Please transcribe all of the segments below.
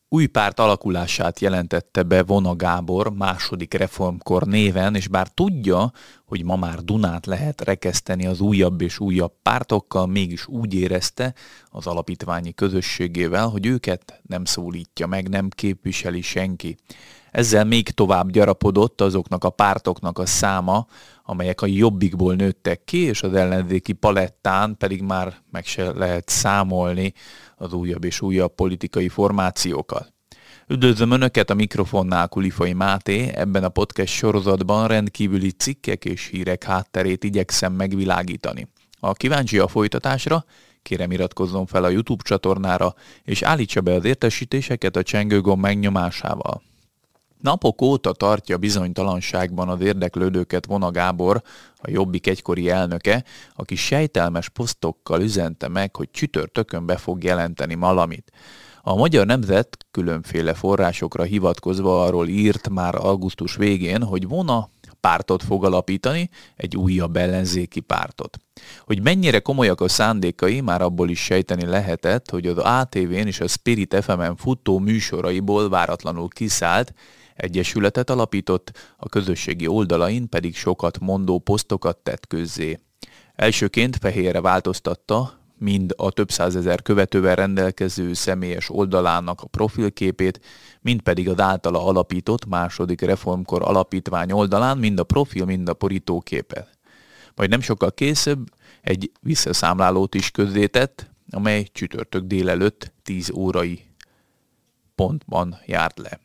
Új párt alakulását jelentette be Vona Gábor második reformkor néven, és bár tudja, hogy ma már Dunát lehet rekeszteni az újabb és újabb pártokkal, mégis úgy érezte az alapítványi közösségével, hogy őket nem szólítja meg, nem képviseli senki. Ezzel még tovább gyarapodott azoknak a pártoknak a száma, amelyek a Jobbikból nőttek ki, és az ellenzéki palettán pedig már meg se lehet számolni az újabb és újabb politikai formációkat. Üdvözlöm Önöket, a mikrofonnál Kulifai Máté, ebben a podcast sorozatban rendkívüli cikkek és hírek hátterét igyekszem megvilágítani. Ha kíváncsi a folytatásra, kérem iratkozzon fel a YouTube csatornára, és állítsa be az értesítéseket a csengőgomb megnyomásával. Napok óta tartja bizonytalanságban az érdeklődőket Vona Gábor, a Jobbik egykori elnöke, aki sejtelmes posztokkal üzente meg, hogy csütörtökön be fog jelenteni valamit. A Magyar Nemzet különféle forrásokra hivatkozva arról írt már augusztus végén, hogy Vona pártot fog alapítani, egy újabb ellenzéki pártot. Hogy mennyire komolyak a szándékai, már abból is sejteni lehetett, hogy az ATV-n és a Spirit FM-en futó műsoraiból váratlanul kiszállt, egyesületet alapított, a közösségi oldalain pedig sokat mondó posztokat tett közzé. Elsőként fehérre változtatta mind a több százezer követővel rendelkező személyes oldalának a profilképét, mind pedig az általa alapított második reformkor alapítvány oldalán mind a profil, mind a borítóképet. Majd nem sokkal később egy visszaszámlálót is közzétett, amely csütörtök délelőtt 10 órai pontban járt le.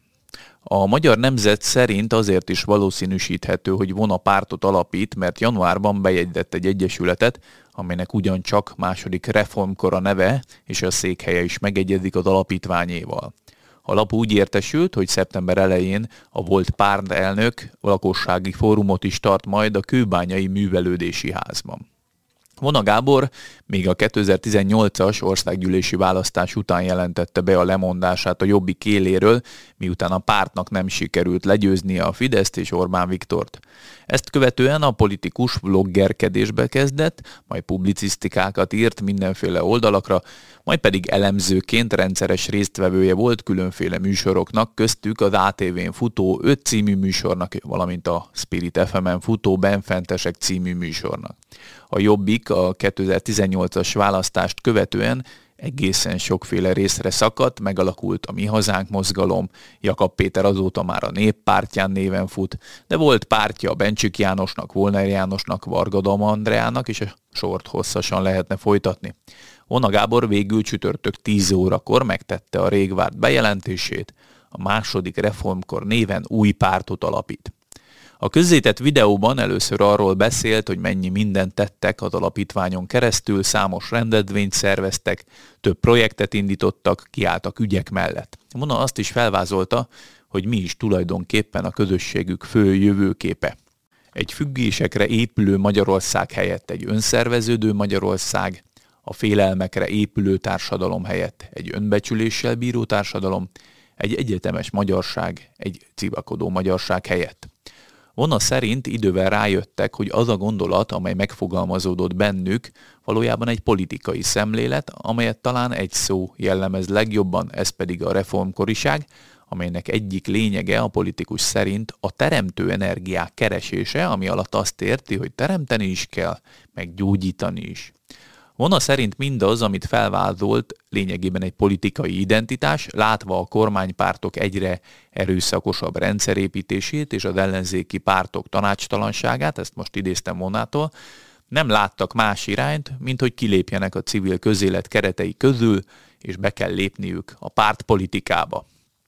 A Magyar Nemzet szerint azért is valószínűsíthető, hogy Vona pártot alapít, mert januárban bejegyzett egy egyesületet, amelynek ugyancsak második reformkor a neve, és a székhelye is megegyezik az alapítványéval. A lap úgy értesült, hogy szeptember elején a volt pártelnök lakossági fórumot is tart majd a Kőbányai Művelődési Házban. Vona Gábor még a 2018-as országgyűlési választás után jelentette be a lemondását a Jobbik éléről, miután a pártnak nem sikerült legyőznie a Fideszt és Orbán Viktort. Ezt követően a politikus vloggerkedésbe kezdett, majd publicisztikákat írt mindenféle oldalakra, majd pedig elemzőként rendszeres résztvevője volt különféle műsoroknak, köztük az ATV-n futó 5 című műsornak, valamint a Spirit FM-en futó Benfentesek című műsornak. A Jobbik a 2018-as választást követően egészen sokféle részre szakadt, megalakult a Mi Hazánk mozgalom, Jakab Péter azóta már a Néppártján néven fut, de volt pártja a Bencsik Jánosnak, Volner Jánosnak, Varga Dama Andreának, és a sort hosszasan lehetne folytatni. Vona Gábor végül csütörtök 10 órakor megtette a rég várt bejelentését, a második reformkor néven új pártot alapít. A közzétett videóban először arról beszélt, hogy mennyi mindent tettek az alapítványon keresztül, számos rendezvényt szerveztek, több projektet indítottak, kiálltak ügyek mellett. Vona azt is felvázolta, hogy mi is tulajdonképpen a közösségük fő jövőképe. Egy függésekre épülő Magyarország helyett egy önszerveződő Magyarország, a félelmekre épülő társadalom helyett egy önbecsüléssel bíró társadalom, egy egyetemes magyarság, egy civakodó magyarság helyett. Vona szerint idővel rájöttek, hogy az a gondolat, amely megfogalmazódott bennük, valójában egy politikai szemlélet, amelyet talán egy szó jellemez legjobban, ez pedig a reformkoriság, amelynek egyik lényege a politikus szerint a teremtő energiák keresése, ami alatt azt érti, hogy teremteni is kell, meg gyógyítani is. Vona szerint mindaz, amit felvázolt, lényegében egy politikai identitás, látva a kormánypártok egyre erőszakosabb rendszerépítését és az ellenzéki pártok tanácstalanságát, ezt most idéztem Vonától, nem láttak más irányt, mint hogy kilépjenek a civil közélet keretei közül, és be kell lépniük a pártpolitikába.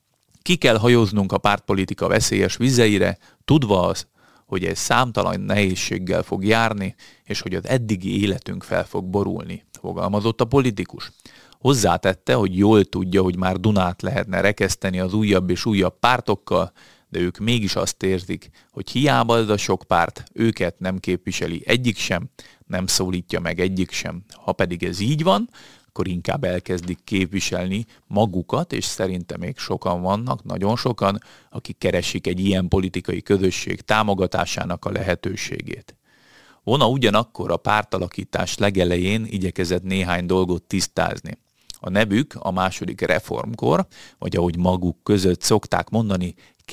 Ki kell hajóznunk a pártpolitika veszélyes vizeire, tudva az, hogy ez számtalan nehézséggel fog járni, és hogy az eddigi életünk fel fog borulni, fogalmazott a politikus. Hozzátette, hogy jól tudja, hogy már Dunát lehetne rekeszteni az újabb és újabb pártokkal, de ők mégis azt érzik, hogy hiába ez a sok párt, őket nem képviseli egyik sem, nem szólítja meg egyik sem. Ha pedig ez így van, akkor inkább elkezdik képviselni magukat, és szerintem még sokan vannak, nagyon sokan, akik keresik egy ilyen politikai közösség támogatásának a lehetőségét. Vona ugyanakkor a pártalakítás legelején igyekezett néhány dolgot tisztázni. A nevük a második reformkor, vagy ahogy maguk között szokták mondani,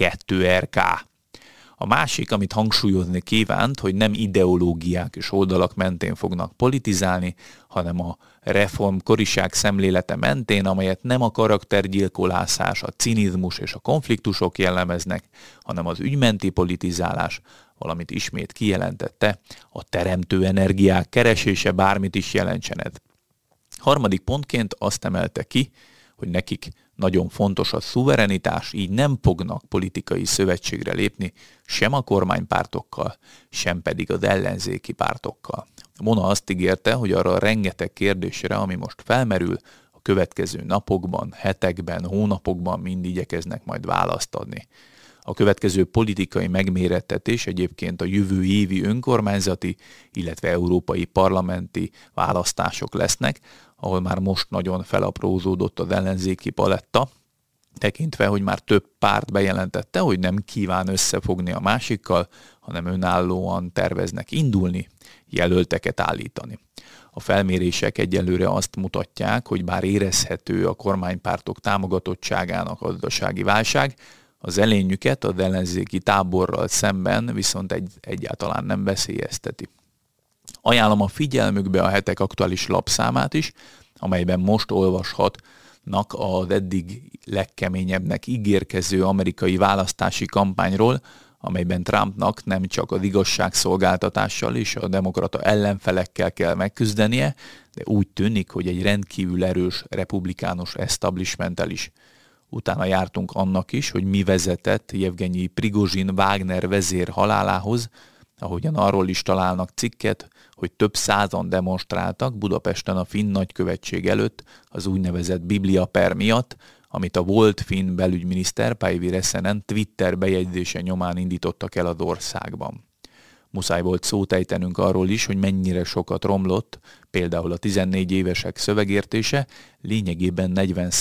2RK. A másik, amit hangsúlyozni kívánt, hogy nem ideológiák és oldalak mentén fognak politizálni, hanem a reformkoriság szemlélete mentén, amelyet nem a karaktergyilkolászás, a cinizmus és a konfliktusok jellemeznek, hanem az ügymenti politizálás, valamint ismét kijelentette, a teremtő energiák keresése bármit is jelentsen ez. Harmadik pontként azt emelte ki, hogy nekik nagyon fontos a szuverenitás, így nem fognak politikai szövetségre lépni sem a kormánypártokkal, sem pedig az ellenzéki pártokkal. Mona azt ígérte, hogy arra a rengeteg kérdésre, ami most felmerül, a következő napokban, hetekben, hónapokban mind igyekeznek majd választ adni. A következő politikai megmérettetés egyébként a jövő évi önkormányzati, illetve európai parlamenti választások lesznek, ahol már most nagyon felaprózódott az ellenzéki paletta, tekintve, hogy már több párt bejelentette, hogy nem kíván összefogni a másikkal, hanem önállóan terveznek indulni, jelölteket állítani. A felmérések egyelőre azt mutatják, hogy bár érezhető a kormánypártok támogatottságának a gazdasági válság, az elényüket az ellenzéki táborral szemben viszont egyáltalán nem veszélyezteti. Ajánlom a figyelmükbe a hetek aktuális lapszámát is, amelyben most olvashatnak az eddig legkeményebbnek ígérkező amerikai választási kampányról, amelyben Trumpnak nem csak az igazságszolgáltatással és a demokrata ellenfelekkel kell megküzdenie, de úgy tűnik, hogy egy rendkívül erős republikánus establishmenttel is. Utána jártunk annak is, hogy mi vezetett Jevgenyi Prigozsin Wagner vezér halálához, ahogyan arról is találnak cikket, hogy több százan demonstráltak Budapesten a finn nagykövetség előtt az úgynevezett Biblia per miatt, amit a volt finn belügyminiszter Päivi Räsänen Twitter bejegyzése nyomán indítottak el az országban. Muszáj volt szót ejtenünk arról is, hogy mennyire sokat romlott, például a 14 évesek szövegértése, lényegében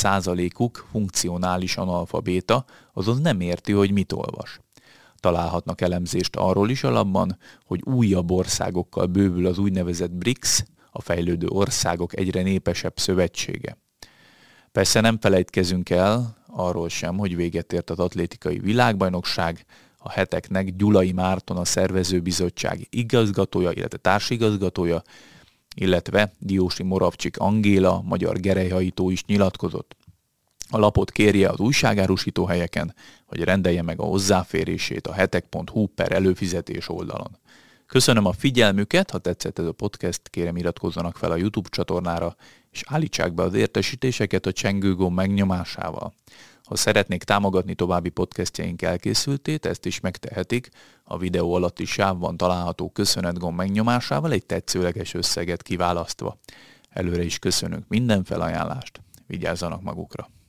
40%-uk funkcionális analfabéta, azaz nem érti, hogy mit olvas. Találhatnak elemzést arról is alapban, hogy újabb országokkal bővül az úgynevezett BRICS, a fejlődő országok egyre népesebb szövetsége. Persze nem felejtkezünk el arról sem, hogy véget ért az atlétikai világbajnokság, a heteknek Gyulai Márton, a szervezőbizottság igazgatója, illetve társigazgatója, illetve Diósi Moravcsik Angéla, magyar gerelyhajtó is nyilatkozott. A lapot kérje az újságárusító helyeken, vagy rendelje meg a hozzáférését a hetek.hu/előfizetés oldalon. Köszönöm a figyelmüket, ha tetszett ez a podcast, kérem iratkozzanak fel a YouTube csatornára, és állítsák be az értesítéseket a csengőgomb megnyomásával. Ha szeretnék támogatni további podcastjaink elkészültét, ezt is megtehetik, a videó alatti sávban található köszönetgomb megnyomásával egy tetszőleges összeget kiválasztva. Előre is köszönünk minden felajánlást, vigyázzanak magukra!